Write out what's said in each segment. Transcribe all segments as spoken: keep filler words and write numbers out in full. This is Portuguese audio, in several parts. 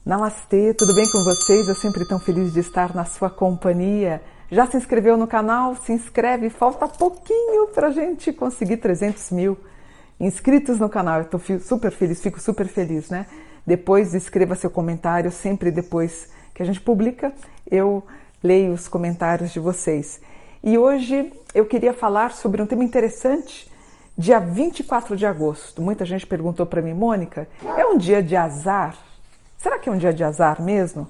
Namastê, tudo bem com vocês? Eu sempre tão feliz de estar na sua companhia. Já se inscreveu no canal? Se inscreve, falta pouquinho para a gente conseguir trezentos mil inscritos no canal. Eu estou super feliz, fico super feliz, né? Depois escreva seu comentário, sempre depois que a gente publica, eu leio os comentários de vocês. E hoje eu queria falar sobre um tema interessante, dia vinte e quatro de agosto. Muita gente perguntou para mim, Mônica, é um dia de azar? Será que é um dia de azar mesmo?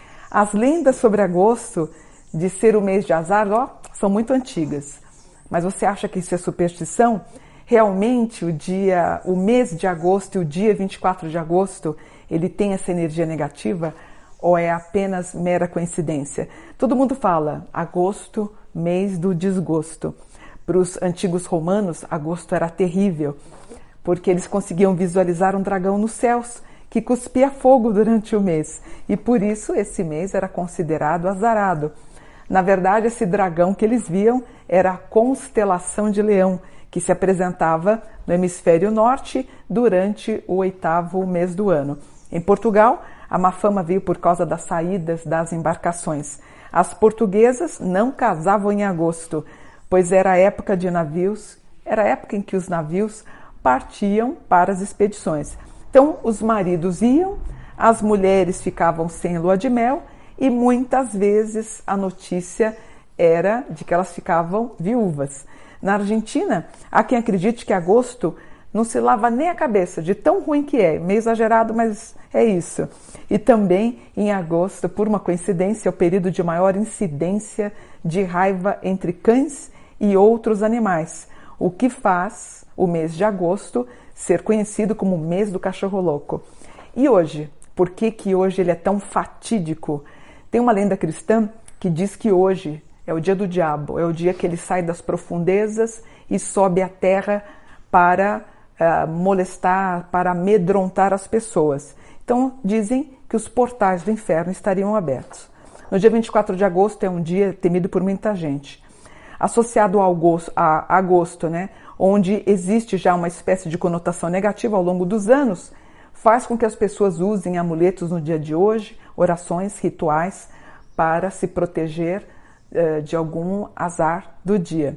As lendas sobre agosto, de ser o mês de azar, ó, são muito antigas. Mas você acha que isso é superstição? Realmente o dia, o mês de agosto e o dia vinte e quatro de agosto, ele tem essa energia negativa ou é apenas mera coincidência? Todo mundo fala, agosto, mês do desgosto. Para os antigos romanos, agosto era terrível, porque eles conseguiam visualizar um dragão nos céus, que cuspia fogo durante o mês, e por isso esse mês era considerado azarado. Na verdade, esse dragão que eles viam era a constelação de Leão, que se apresentava no hemisfério norte durante o oitavo mês do ano. Em Portugal, a má fama veio por causa das saídas das embarcações. As portuguesas não casavam em agosto, pois era a época de navios, era a época em que os navios partiam para as expedições. Então, os maridos iam, as mulheres ficavam sem lua de mel e muitas vezes a notícia era de que elas ficavam viúvas. Na Argentina, há quem acredite que agosto não se lava nem a cabeça, de tão ruim que é. Meio exagerado, mas é isso. E também, em agosto, por uma coincidência, é o período de maior incidência de raiva entre cães e outros animais, o que faz o mês de agosto ser conhecido como o mês do cachorro louco. E hoje, por que que hoje ele é tão fatídico? Tem uma lenda cristã que diz que hoje é o dia do diabo, é o dia que ele sai das profundezas e sobe à terra para uh, molestar, para amedrontar as pessoas. Então dizem que os portais do inferno estariam abertos. No dia vinte e quatro de agosto é um dia temido por muita gente. Associado ao agosto, a agosto, né, onde existe já uma espécie de conotação negativa ao longo dos anos, faz com que as pessoas usem amuletos no dia de hoje, orações, rituais, para se proteger uh, de algum azar do dia.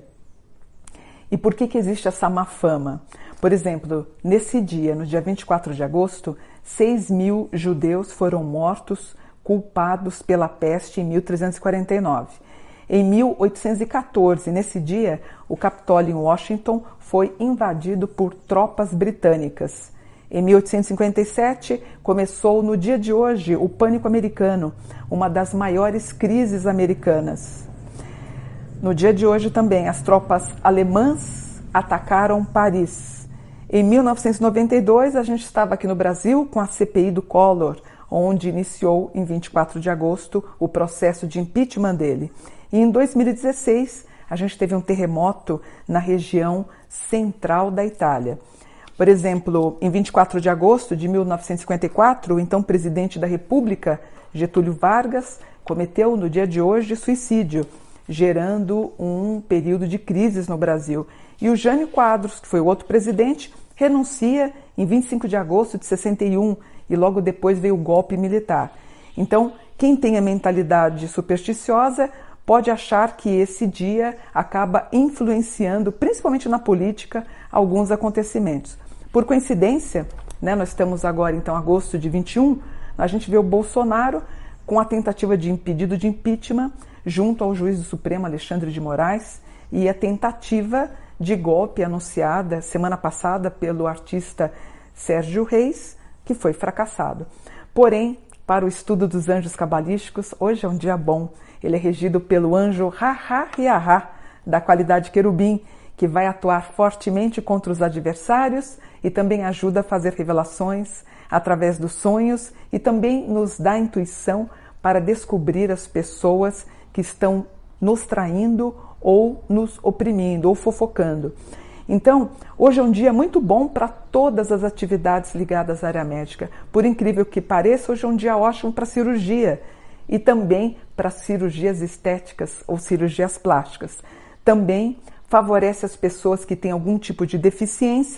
E por que que existe essa má fama? Por exemplo, nesse dia, no dia vinte e quatro de agosto, seis mil judeus foram mortos, culpados pela peste em mil trezentos e quarenta e nove. Em mil oitocentos e quatorze, nesse dia, o Capitólio em Washington foi invadido por tropas britânicas. Em mil oitocentos e cinquenta e sete, começou no dia de hoje o Pânico Americano, uma das maiores crises americanas. No dia de hoje também, as tropas alemãs atacaram Paris. Em mil novecentos e noventa e dois, a gente estava aqui no Brasil com a C P I do Collor, onde iniciou em vinte e quatro de agosto o processo de impeachment dele. E em dois mil e dezesseis, a gente teve um terremoto na região central da Itália. Por exemplo, em vinte e quatro de agosto de mil novecentos e cinquenta e quatro, o então presidente da República, Getúlio Vargas, cometeu no dia de hoje suicídio, gerando um período de crises no Brasil. E o Jânio Quadros, que foi o outro presidente, renuncia em vinte e cinco de agosto de sessenta e um e logo depois veio o golpe militar. Então, quem tem a mentalidade supersticiosa pode achar que esse dia acaba influenciando, principalmente na política, alguns acontecimentos. Por coincidência, né, nós estamos agora, então, em agosto de vinte e um, a gente vê o Bolsonaro com a tentativa de pedido de impeachment junto ao juiz do Supremo, Alexandre de Moraes, e a tentativa de golpe anunciada semana passada pelo artista Sérgio Reis, que foi fracassado. Porém, para o estudo dos anjos cabalísticos, hoje é um dia bom. Ele é regido pelo anjo Ra-Ra-Ri-Ahá, da qualidade querubim, que vai atuar fortemente contra os adversários e também ajuda a fazer revelações através dos sonhos e também nos dá intuição para descobrir as pessoas que estão nos traindo ou nos oprimindo ou fofocando. Então, hoje é um dia muito bom para todas as atividades ligadas à área médica. Por incrível que pareça, hoje é um dia ótimo para cirurgia e também para cirurgias estéticas ou cirurgias plásticas. Também favorece as pessoas que têm algum tipo de deficiência,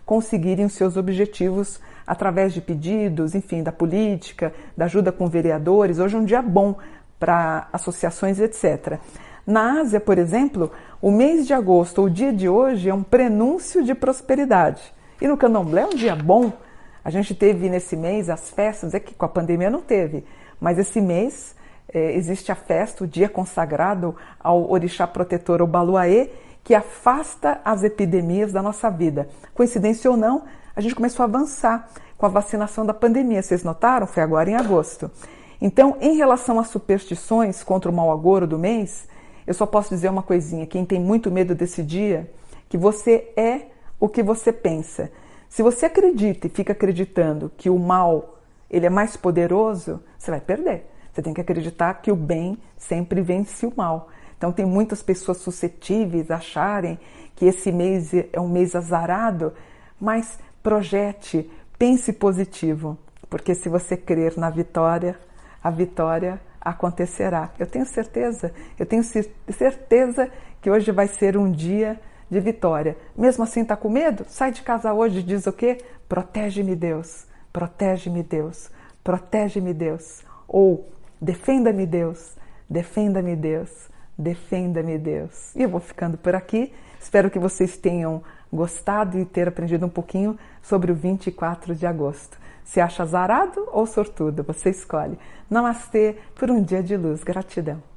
conseguirem os seus objetivos através de pedidos, enfim, da política, da ajuda com vereadores. Hoje é um dia bom para associações, etcétera. Na Ásia, por exemplo, o mês de agosto, ou o dia de hoje, é um prenúncio de prosperidade. E no Candomblé é um dia bom. A gente teve nesse mês as festas, é que com a pandemia não teve, mas esse mês é, existe a festa, o dia consagrado ao orixá protetor Obaluaê, que afasta as epidemias da nossa vida. Coincidência ou não, a gente começou a avançar com a vacinação da pandemia. Vocês notaram? Foi agora em agosto. Então, em relação às superstições contra o mau agouro do mês, eu só posso dizer uma coisinha. Quem tem muito medo desse dia, que você é o que você pensa. Se você acredita e fica acreditando que o mal ele é mais poderoso, você vai perder. Você tem que acreditar que o bem sempre vence o mal. Então tem muitas pessoas suscetíveis a acharem que esse mês é um mês azarado, mas projete, pense positivo, porque se você crer na vitória, a vitória acontecerá. Eu tenho certeza, eu tenho certeza que hoje vai ser um dia de vitória. Mesmo assim, tá com medo? Sai de casa hoje e diz o quê? Protege-me, Deus. Protege-me, Deus. Protege-me, Deus. Ou defenda-me, Deus. Defenda-me, Deus. Defenda-me, Deus. E eu vou ficando por aqui. Espero que vocês tenham gostado e ter aprendido um pouquinho sobre o vinte e quatro de agosto. Se acha azarado ou sortudo? Você escolhe. Namastê por um dia de luz. Gratidão.